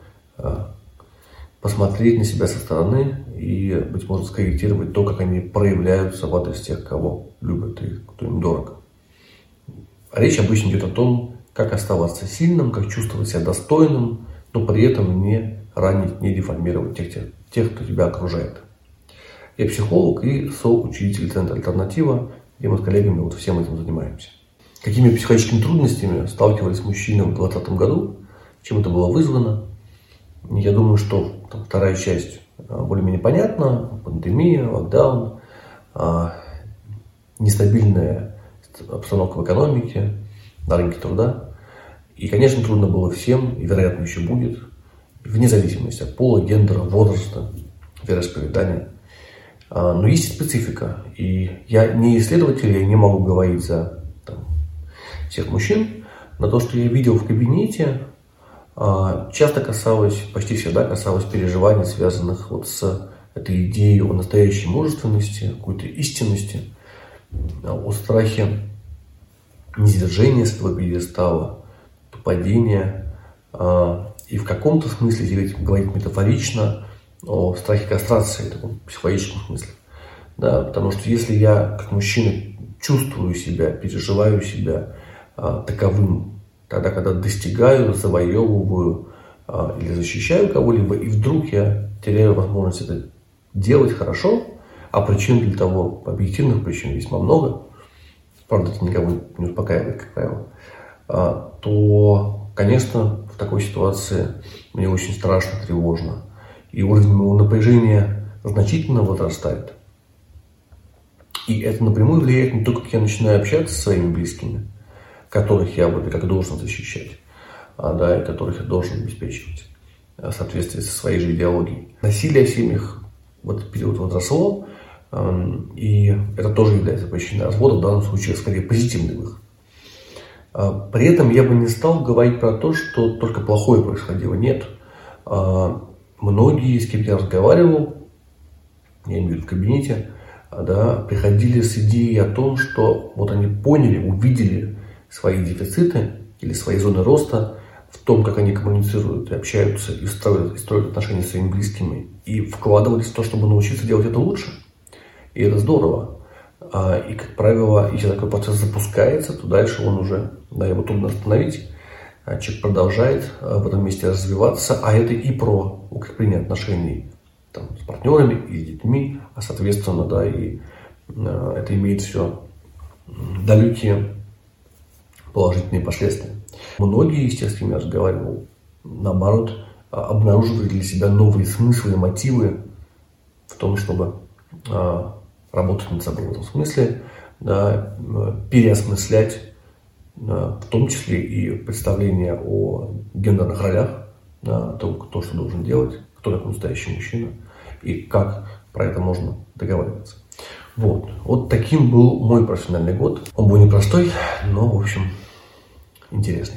Speaker 6: посмотреть на себя со стороны и, быть может, скорректировать то, как они проявляются в адрес тех, кого любят и кто им дорог. Речь обычно идет о том, как оставаться сильным, как чувствовать себя достойным, но при этом не ранить, не деформировать тех, кто тебя окружает. Я психолог и соучредитель центра «Альтернатива», и мы с коллегами всем этим занимаемся. Какими психологическими трудностями сталкивались мужчины в 2020 году, чем это было вызвано? Я думаю, что вторая часть более-менее понятна. Пандемия, локдаун, нестабильная обстановка в экономике, на рынке труда. И, конечно, трудно было всем, и, вероятно, еще будет, вне зависимости от пола, гендера, возраста, вероисповедания. Но есть специфика. И я не исследователь, я не могу говорить за всех мужчин, но то, что я видел в кабинете, часто касалось, почти всегда касалось переживаний, связанных с этой идеей о настоящей мужественности, какой-то истинности, о страхе низвержения с этого пьедестала, падения, и в каком-то смысле, если говорить метафорично, о страхе кастрации, в таком психологическом смысле. Да, потому что если я, как мужчина, чувствую себя, переживаю себя таковым, тогда, когда достигаю, завоевываю или защищаю кого-либо, и вдруг я теряю возможность это делать хорошо, а причин для того, объективных причин, весьма много, правда, это никого не успокаивает, как правило, то, конечно, в такой ситуации мне очень страшно, тревожно. И уровень моего напряжения значительно возрастает. И это напрямую влияет на то, как я начинаю общаться со своими близкими. которых я вроде как должен защищать, да, и которых я должен обеспечивать в соответствии со своей же идеологией. Насилие в семьях в этот период возросло, и это тоже является причиной развода, в данном случае скорее позитивный выход. При этом я бы не стал говорить про то, что только плохое происходило. Нет. Многие, с кем я разговаривал, я имею в виду в кабинете, да, приходили с идеей о том, что вот они поняли, увидели свои дефициты или свои зоны роста в том, как они коммуницируют и общаются, и строят отношения с своими близкими, и вкладывались в то, чтобы научиться делать это лучше. И это здорово. И, как правило, если такой процесс запускается, то дальше он уже, да, его трудно остановить. Человек продолжает в этом месте развиваться, а это и про укрепление отношений там, с партнерами и с детьми, а соответственно, да, и это имеет все далекие положительные последствия. Многие, естественно, с кем я разговаривал, наоборот, обнаруживали для себя новые смыслы и мотивы в том, чтобы работать над собой в этом смысле, да, переосмыслять, да, в том числе и представление о гендерных ролях, да, о том, кто что должен делать, кто такой настоящий мужчина и как про это можно договариваться. Вот таким был мой профессиональный год. Он был непростой, но, в общем, интересный.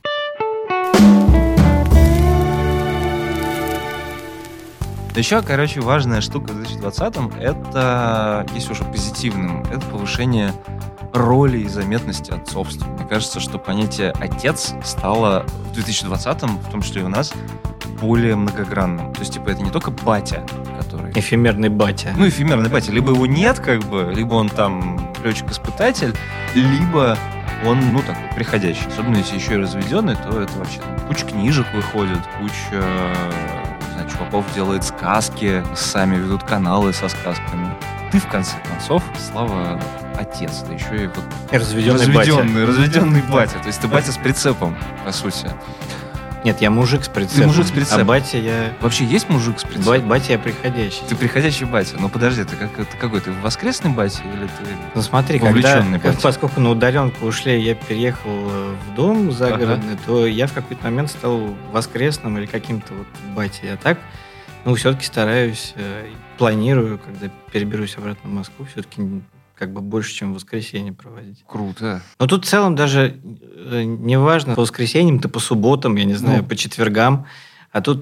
Speaker 3: Еще, важная штука в 2020-м, это, если уже позитивным, это повышение роли и заметности отцовства. Мне кажется, что понятие «отец» стало в 2020-м, в том числе и у нас, более многогранным. То есть, это не только батя, который...
Speaker 2: Эфемерный батя.
Speaker 3: Эфемерный батя. Либо его нет, либо он там летчик-испытатель, либо он, такой, приходящий. Особенно, если еще и разведенный, то это вообще куча книжек выходит, куча... чуваков делает сказки, сами ведут каналы со сказками. Ты, в конце концов, Слава, отец, да еще и разведенный батя. То есть ты батя с прицепом, по сути.
Speaker 2: Нет, я мужик с прицепом.
Speaker 3: Ты мужик с прицепом.
Speaker 2: А батя я...
Speaker 3: Вообще есть мужик с прицепом?
Speaker 2: Батя я приходящий.
Speaker 3: Ты приходящий батя. Подожди, ты какой? Ты воскресный батя или ты
Speaker 2: смотри, поскольку на удаленку ушли, я переехал в дом загородный, то я в какой-то момент стал воскресным или каким-то батей. А так, все-таки стараюсь, планирую, когда переберусь обратно в Москву, все-таки больше, чем в воскресенье проводить.
Speaker 3: Круто.
Speaker 2: Но тут в целом даже не важно, по воскресеньям ты по субботам, я не знаю, по четвергам. А тут,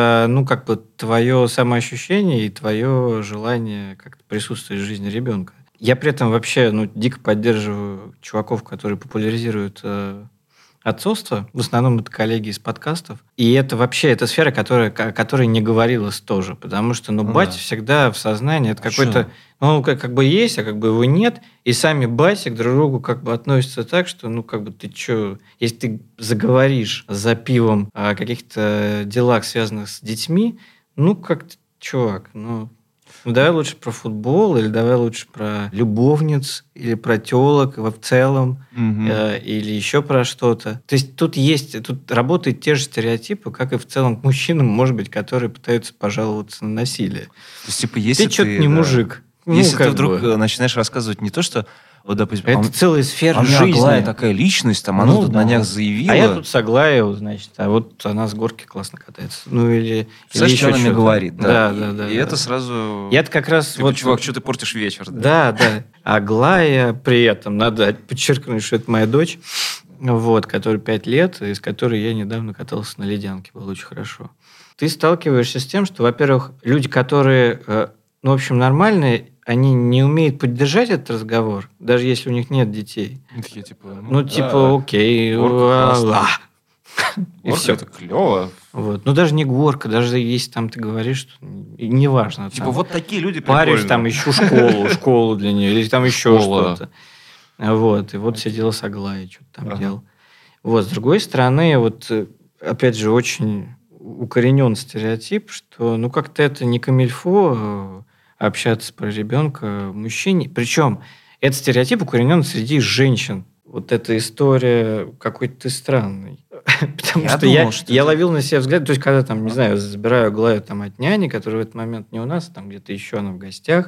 Speaker 2: твое самоощущение и твое желание как-то присутствовать в жизни ребенка. Я при этом вообще, дико поддерживаю чуваков, которые популяризируют отцовство. В основном это коллеги из подкастов. И это вообще, это сфера, о которой не говорилось тоже. Потому что, батя всегда в сознании, это какой-то... есть, а его нет. И сами батя к друг другу относятся так, что, ты что... Если ты заговоришь за пивом о каких-то делах, связанных с детьми, чувак, давай лучше про футбол, или давай лучше про любовниц, или про телок в целом, или еще про что-то. То есть тут работают те же стереотипы, как и в целом к мужчинам, может быть, которые пытаются пожаловаться на насилие.
Speaker 3: То есть, если
Speaker 2: ты что-то не мужик.
Speaker 3: Если ты вдруг начинаешь рассказывать не то, что допустим,
Speaker 2: это целая сфера жизни.
Speaker 3: Аглая такая личность, она тут на днях заявила.
Speaker 2: А я тут с Аглаей, а вот она с горки классно катается. Или
Speaker 3: что она мне говорит.
Speaker 2: Да.
Speaker 3: И это сразу...
Speaker 2: Я-то как раз...
Speaker 3: чувак, что ты портишь вечер.
Speaker 2: Да. Аглая при этом, надо подчеркнуть, что это моя дочь, которой 5 лет, и с которой я недавно катался на ледянке. Было очень хорошо. Ты сталкиваешься с тем, что, во-первых, люди, которые, нормальные, они не умеют поддержать этот разговор, даже если у них нет детей.
Speaker 3: Такие,
Speaker 2: окей.
Speaker 3: И все. Это клево.
Speaker 2: Даже не горка, даже если там ты говоришь, что неважно.
Speaker 3: Такие люди прикольные.
Speaker 2: Паришь там еще школу для нее, или там еще что-то. И сидела с Аглаей, что-то там делал. С другой стороны, опять же, очень укоренен стереотип, что как-то это не камильфо общаться про ребенка мужчине. Причем этот стереотип укоренен среди женщин. Эта история какой-то ты странный. Потому что я ловил на себя взгляд, то есть когда забираю Аглаю от няни, которая в этот момент не у нас, там где-то еще она в гостях,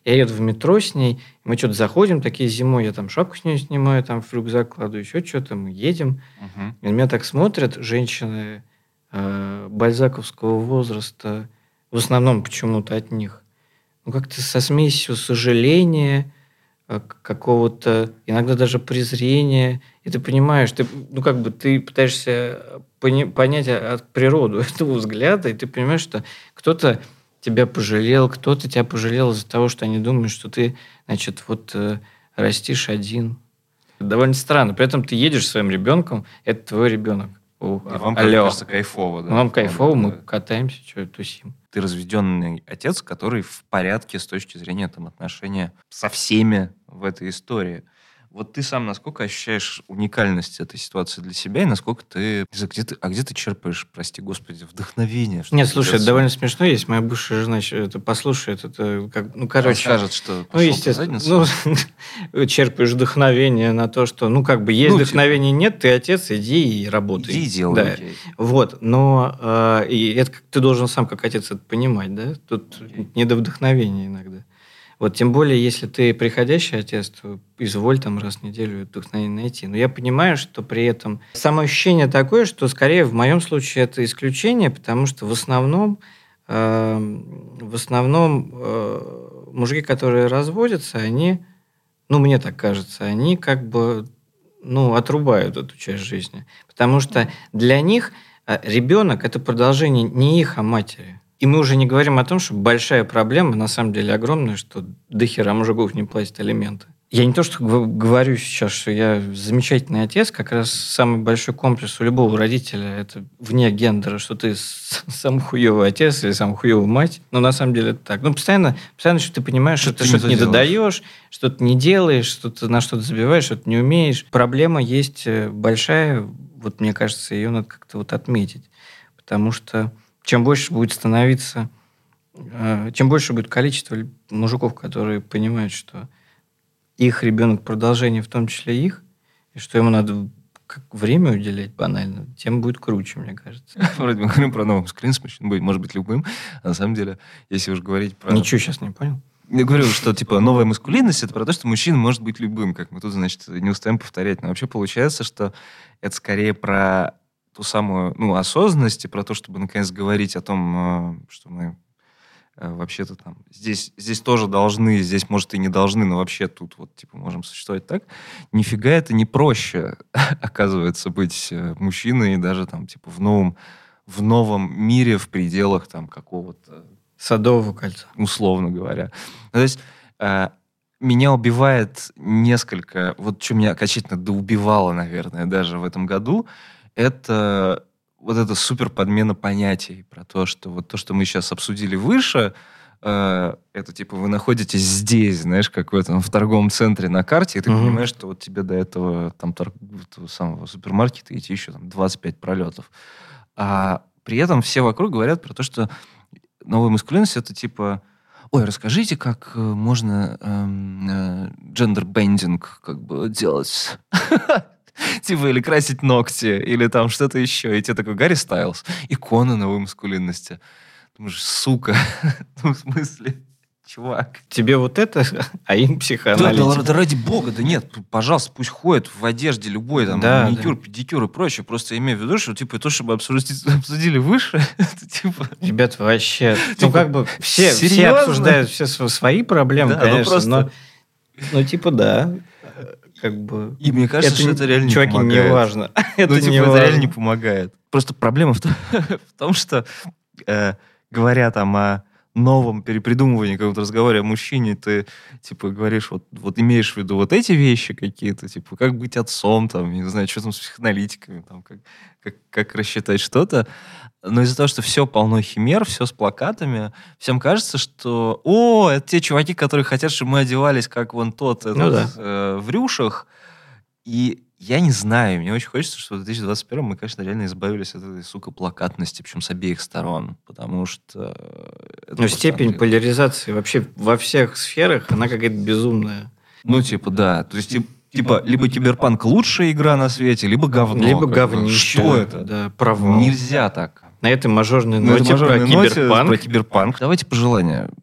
Speaker 2: Я еду в метро с ней, мы что-то заходим, такие зимой, я там шапку с нее снимаю, там в рюкзак кладу, еще что-то, мы едем. И на меня так смотрят женщины бальзаковского возраста, в основном почему-то от них. Ну, как-то со смесью сожаления, какого-то, иногда даже презрения. И ты понимаешь, ты пытаешься понять от природу этого взгляда, и ты понимаешь, что кто-то тебя пожалел, кто-то тебя пожалел из-за того, что они думают, что ты, значит, растишь один. Это довольно странно. При этом ты едешь со своим ребенком, это твой ребенок.
Speaker 3: И вам, кажется, кайфово. Да?
Speaker 2: Нам кайфово, мы катаемся, тусим.
Speaker 3: Ты разведенный отец, который в порядке с точки зрения отношения со всеми в этой истории. Вот ты сам насколько ощущаешь уникальность этой ситуации для себя, и насколько ты... где ты черпаешь, прости господи, вдохновение?
Speaker 2: Нет, слушай, это довольно смешно. Есть моя бывшая жена, это послушает, это как... Ну, короче...
Speaker 3: Он скажет, что пошел по задницу.
Speaker 2: Черпаешь вдохновение на то, что, есть вдохновение, нет, ты отец, иди и работай.
Speaker 3: Иди и делай.
Speaker 2: Да. Вот, но и это ты должен сам как отец это понимать, да? Тут не до вдохновения иногда. Вот, тем более, если ты приходящий отец, то изволь там раз в неделю вдохновение найти. Но я понимаю, что при этом самоощущение такое, что скорее в моем случае это исключение, потому что в основном мужики, которые разводятся, они, мне так кажется, они как бы отрубают эту часть жизни. Потому что для них ребенок – это продолжение не их, а матери. И мы уже не говорим о том, что большая проблема, на самом деле огромная, что дохера мужиков не платят алименты. Я не то, что говорю сейчас, что я замечательный отец, как раз самый большой комплекс у любого родителя – это вне гендера, что ты самый хуёвый отец или самая хуёвая мать. Но на самом деле это так. Постоянно что ты понимаешь, что ты что-то не додаешь, что-то не делаешь, что-то на что-то забиваешь, что-то не умеешь. Проблема есть большая, мне кажется, ее надо как-то отметить. Потому что чем больше будет количество мужиков, которые понимают, что их ребенок продолжение, в том числе их, и что ему надо время уделять банально, тем будет круче, мне кажется.
Speaker 3: Вроде мы говорим про новый скрин, может быть любым, а на самом деле, если уж говорить про...
Speaker 2: Ничего сейчас не понял.
Speaker 3: Я говорю, что новая маскулинность — это про то, что мужчина может быть любым, как мы тут, значит, не устаем повторять. Но вообще получается, что это скорее про ту самую осознанность и про то, чтобы наконец говорить о том, что мы вообще-то там здесь тоже должны, здесь, может, и не должны, но вообще тут можем существовать так. Нифига это не проще, оказывается, быть мужчиной даже там в новом мире в пределах там какого-то...
Speaker 2: Садового кольца.
Speaker 3: Условно говоря. То есть меня убивает несколько... что меня окончательно доубивало, наверное, даже в этом году, это эта супер подмена понятий про то, что то, что мы сейчас обсудили выше, это вы находитесь здесь, знаешь, какой-то в торговом центре на карте, и ты понимаешь, что тебе до этого там самого супермаркета идти еще 25 пролетов. А при этом все вокруг говорят про то, что новая маскулинность — это ой, расскажите, как можно джендер-бендинг делать... или красить ногти, или там что-то еще. И тебе такой Гарри Стайлз, икона новой маскулинности. Думаешь, сука, в смысле, чувак.
Speaker 2: Тебе это, а им психоаналитик.
Speaker 3: Да ради бога, да нет, пожалуйста, пусть ходят в одежде любой, маникюр, педикюр и прочее. Просто имею в виду, что то, чтобы обсудили выше, это
Speaker 2: Ребят, вообще, все обсуждают все свои проблемы, конечно, но да.
Speaker 3: И мне кажется, что это реально не помогает.
Speaker 2: Чуваки, не важно.
Speaker 3: Это реально не помогает. Просто проблема в том, что говоря о новом перепридумывании какого-то разговора о мужчине, ты говоришь, имеешь в виду эти вещи какие-то, как быть отцом, не знаю, что там с психоаналитиками, как рассчитать что-то. Но из-за того, что все полно химер, все с плакатами, всем кажется, что это те чуваки, которые хотят, чтобы мы одевались, как тот в рюшах. И я не знаю, мне очень хочется, что в 2021 мы, конечно, реально избавились от этой, плакатности, причем с обеих сторон, потому что...
Speaker 2: степень поляризации вообще во всех сферах, она какая-то безумная.
Speaker 3: Да. То есть, либо киберпанк лучшая игра на свете, либо говно.
Speaker 2: Либо говнище.
Speaker 3: Что это?
Speaker 2: Да, провал.
Speaker 3: Нельзя так.
Speaker 2: На этой мажорной ноте про киберпанк.
Speaker 3: Про киберпанк. Давайте пожелания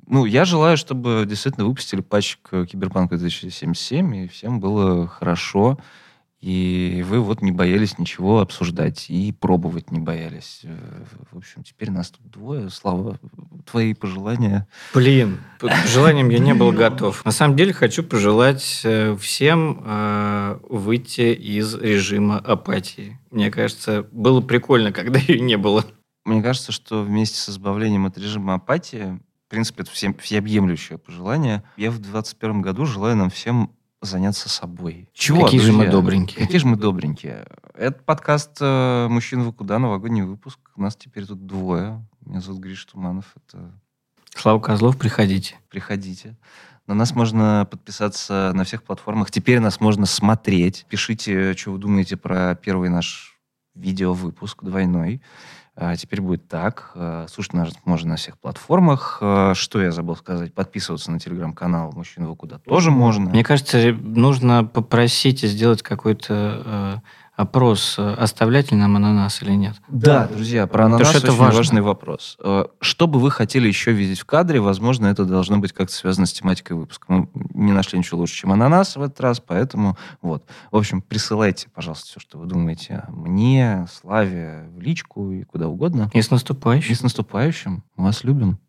Speaker 3: Ну, я желаю, чтобы действительно выпустили патчик Киберпанка 2077, и всем было хорошо, и вы вот не боялись ничего обсуждать, и пробовать не боялись. В общем, теперь нас тут двое. Слава, твои пожелания.
Speaker 2: Блин, к пожеланиям я не был готов. На самом деле хочу пожелать всем выйти из режима апатии. Мне кажется, было прикольно, когда ее не было.
Speaker 3: Мне кажется, что вместе с избавлением от режима апатии, в принципе, это всеобъемлющее пожелание. Я в 2021 году желаю нам всем заняться собой. Чего,
Speaker 2: Какие же
Speaker 3: друзья?
Speaker 2: мы добренькие.
Speaker 3: Какие же мы добренькие. Это подкаст «Мужчина, вы куда?» Новогодний выпуск. У нас теперь тут двое. Меня зовут Гриша Туманов. Это
Speaker 2: Слава Козлов, приходите.
Speaker 3: приходите. На нас можно подписаться на всех платформах. Теперь нас можно смотреть. Пишите, что вы думаете про первый наш видеовыпуск двойной. Теперь будет так. Слушать нас можно на всех платформах. Что я забыл сказать? Подписываться на телеграм-канал «Мужчина, вы куда?» тоже можно.
Speaker 2: Мне кажется, нужно попросить сделать какой-то опрос, оставлять ли нам ананас или нет.
Speaker 3: Да, друзья, про ананас
Speaker 2: Потому что это
Speaker 3: очень
Speaker 2: важно.
Speaker 3: важный вопрос. Что бы вы хотели еще видеть в кадре? Возможно, это должно быть как-то связано с тематикой выпуска. Мы не нашли ничего лучше, чем ананас в этот раз, поэтому вот. В общем, присылайте, пожалуйста, все, что вы думаете мне, Славе, в личку и куда угодно.
Speaker 2: И с наступающим.
Speaker 3: И с наступающим. Мы вас любим.